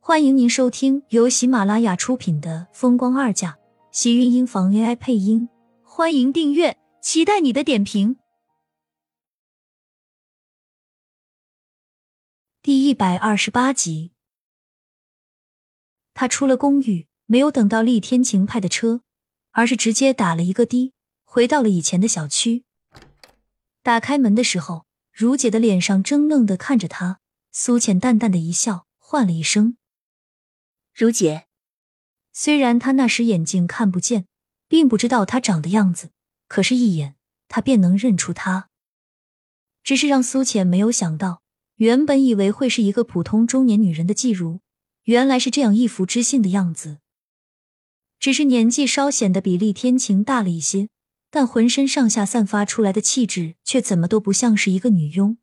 欢迎您收听由喜马拉雅出品的《风光二嫁》，喜运音房 AI 配音。欢迎订阅，期待你的点评。第128集，他出了公寓，没有等到厉天晴派的车，而是直接打了一个的，回到了以前的小区。打开门的时候，如姐的脸上怔愣地看着他，苏浅淡淡的一笑，唤了一声如姐。 虽然他那时眼睛看不见，并不知道他长的样子，可是一眼他便能认出他。只是让苏浅没有想到，原本以为会是一个普通中年女人的季如，原来是这样一副知性的样子。只是年纪稍显得比厉天晴大了一些，但浑身上下散发出来的气质却怎么都不像是一个女佣。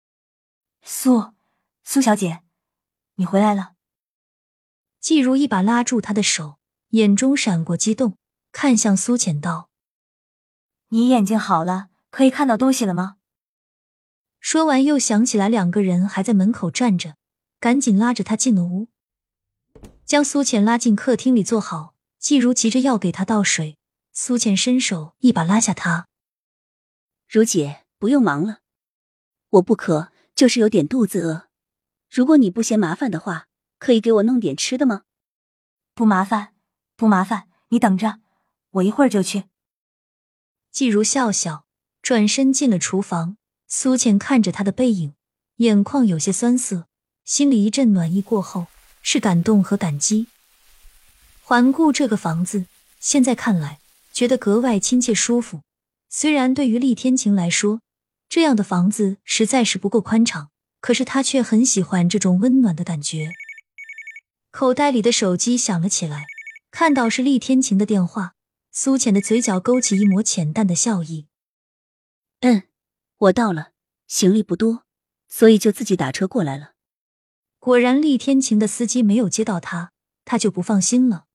苏小姐，你回来了。 季如一把拉住他的手，眼中闪过激动，看向苏浅道： 你眼睛好了，可以看到东西了吗？ 说完又想起来两个人还在门口站着，赶紧拉着他进了屋，将苏浅拉进客厅里坐好。季如急着要给他倒水，苏浅伸手一把拉下他： 如姐，不用忙了，我不渴，就是有点肚子饿，如果你不嫌麻烦的话，可以给我弄点吃的吗？ 不麻烦，你等着，我一会儿就去。 季如笑笑，转身进了厨房。苏浅看着他的背影，眼眶有些酸涩，心里一阵暖意过后，是感动和感激。环顾这个房子，现在看来觉得格外亲切舒服。虽然对于厉天晴来说，这样的房子实在是不够宽敞，可是他却很喜欢这种温暖的感觉。口袋里的手机响了起来，看到是厉天晴的电话，苏浅的嘴角勾起一抹浅淡的笑意。 我到了，行李不多，所以就自己打车过来了。 果然厉天晴的司机没有接到他，他就不放心了。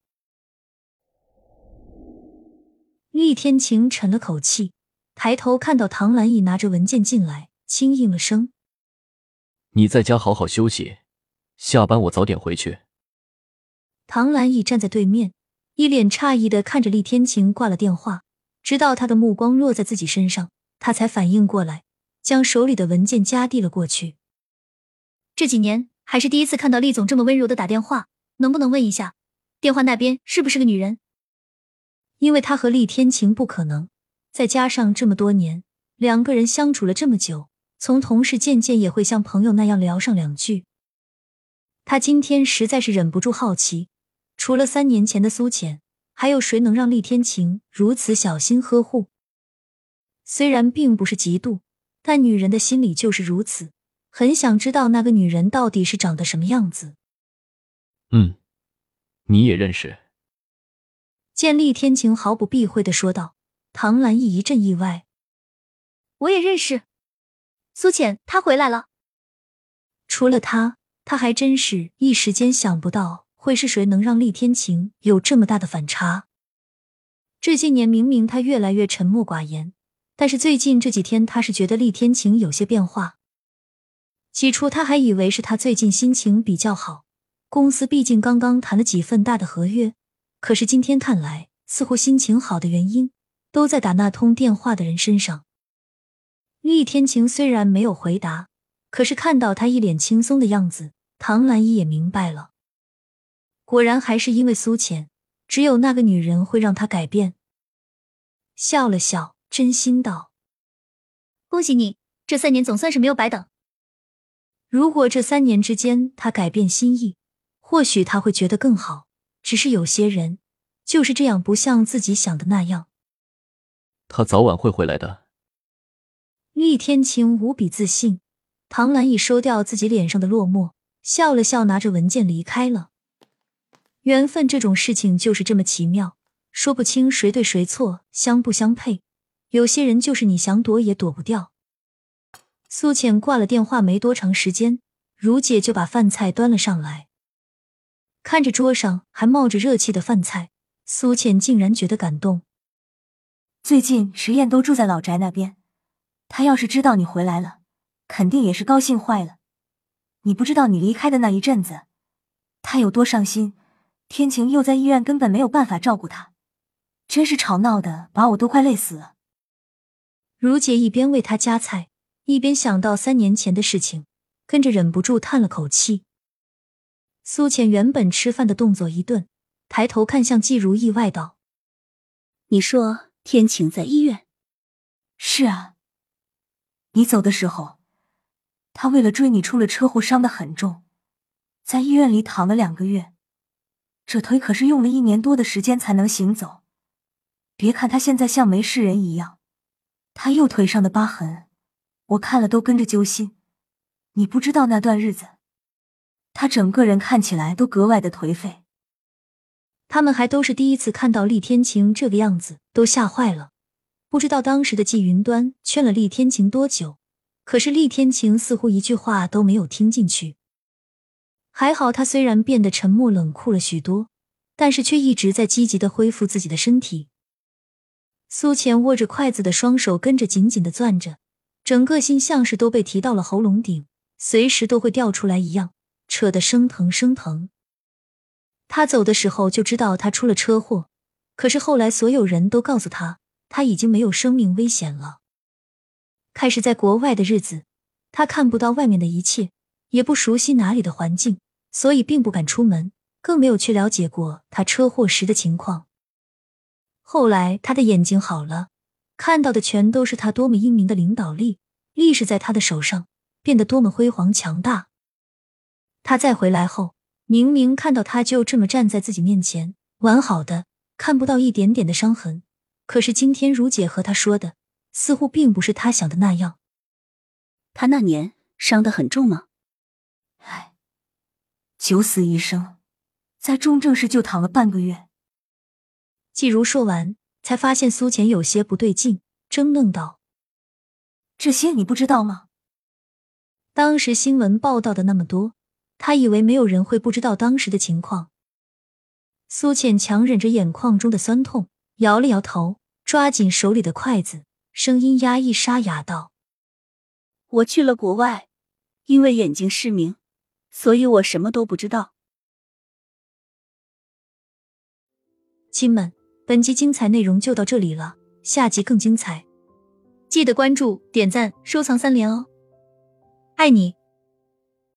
厉天晴沉了口气，抬头看到唐兰义拿着文件进来，轻应了声： 你在家好好休息，下班我早点回去。 唐兰义站在对面，一脸诧异地看着厉天晴挂了电话，直到他的目光落在自己身上，他才反应过来，将手里的文件夹递了过去。这几年还是第一次看到厉总这么温柔地打电话，能不能问一下，电话那边是不是个女人？因为他和厉天晴不可能，再加上这么多年，两个人相处了这么久，从同事渐渐也会像朋友那样聊上两句。他今天实在是忍不住好奇，除了3年前的苏浅，还有谁能让厉天晴如此小心呵护？虽然并不是嫉妒，但女人的心里就是如此，很想知道那个女人到底是长得什么样子。 你也认识？ 见厉天晴毫不避讳地说道，唐兰义一阵意外。我也认识。苏浅，她回来了。除了她，他还真是一时间想不到会是谁能让厉天晴有这么大的反差。这些年明明他越来越沉默寡言，但是最近这几天他是觉得厉天晴有些变化。起初他还以为是他最近心情比较好，公司毕竟刚刚谈了几份大的合约，可是今天看来，似乎心情好的原因都在打那通电话的人身上。厉天晴虽然没有回答，可是看到他一脸轻松的样子，唐兰一也明白了。果然还是因为苏浅，只有那个女人会让他改变。笑了笑，真心道：恭喜你，这3年总算是没有白等。如果这3年之间他改变心意，或许他会觉得更好，只是有些人就是这样不像自己想的那样。 他早晚会回来的。 厉天晴无比自信，唐兰一收掉自己脸上的落寞，笑了笑，拿着文件离开了。缘分这种事情就是这么奇妙，说不清谁对谁错，相不相配，有些人就是你想躲也躲不掉。苏浅挂了电话没多长时间，如姐就把饭菜端了上来。看着桌上还冒着热气的饭菜，苏浅竟然觉得感动。 最近石燕都住在老宅那边，她要是知道你回来了，肯定也是高兴坏了。你不知道你离开的那一阵子， 他有多伤心，天晴又在医院根本没有办法照顾他，真是吵闹的把我都快累死了。 如姐一边为他夹菜，一边想到3年前的事情，跟着忍不住叹了口气。苏浅原本吃饭的动作一顿，抬头看向季如意外道： 你说天晴在医院？ 是啊，你走的时候，他为了追你出了车祸，伤得很重，在医院里躺了2个月，这腿可是用了1年多的时间才能行走。别看他现在像没事人一样，他右腿上的疤痕，我看了都跟着揪心。你不知道那段日子，他整个人看起来都格外的颓废。 他们还都是第一次看到厉天晴这个样子，都吓坏了。不知道当时的季云端劝了厉天晴多久，可是厉天晴似乎一句话都没有听进去。还好他虽然变得沉默冷酷了许多，但是却一直在积极地恢复自己的身体。苏浅握着筷子的双手跟着紧紧地攥着，整个心像是都被提到了喉咙顶，随时都会掉出来一样，扯得生疼生疼。他走的时候就知道他出了车祸，可是后来所有人都告诉他，他已经没有生命危险了。开始在国外的日子，他看不到外面的一切，也不熟悉哪里的环境，所以并不敢出门，更没有去了解过他车祸时的情况。后来他的眼睛好了，看到的全都是他多么英明的领导力，力是在他的手上，变得多么辉煌强大。他再回来后，明明看到他就这么站在自己面前，完好的，看不到一点点的伤痕，可是今天如姐和他说的，似乎并不是他想的那样。 他那年伤得很重吗？ 唉，九死一生，在重症室就躺了半个月。 季如说完，才发现苏浅有些不对劲，怔愣道： 这些你不知道吗？ 当时新闻报道的那么多，他以为没有人会不知道当时的情况。苏浅强忍着眼眶中的酸痛，摇了摇头，抓紧手里的筷子，声音压抑沙哑道： 我去了国外，因为眼睛失明，所以我什么都不知道。 亲们，本集精彩内容就到这里了，下集更精彩，记得关注、点赞、收藏3连哦！爱你。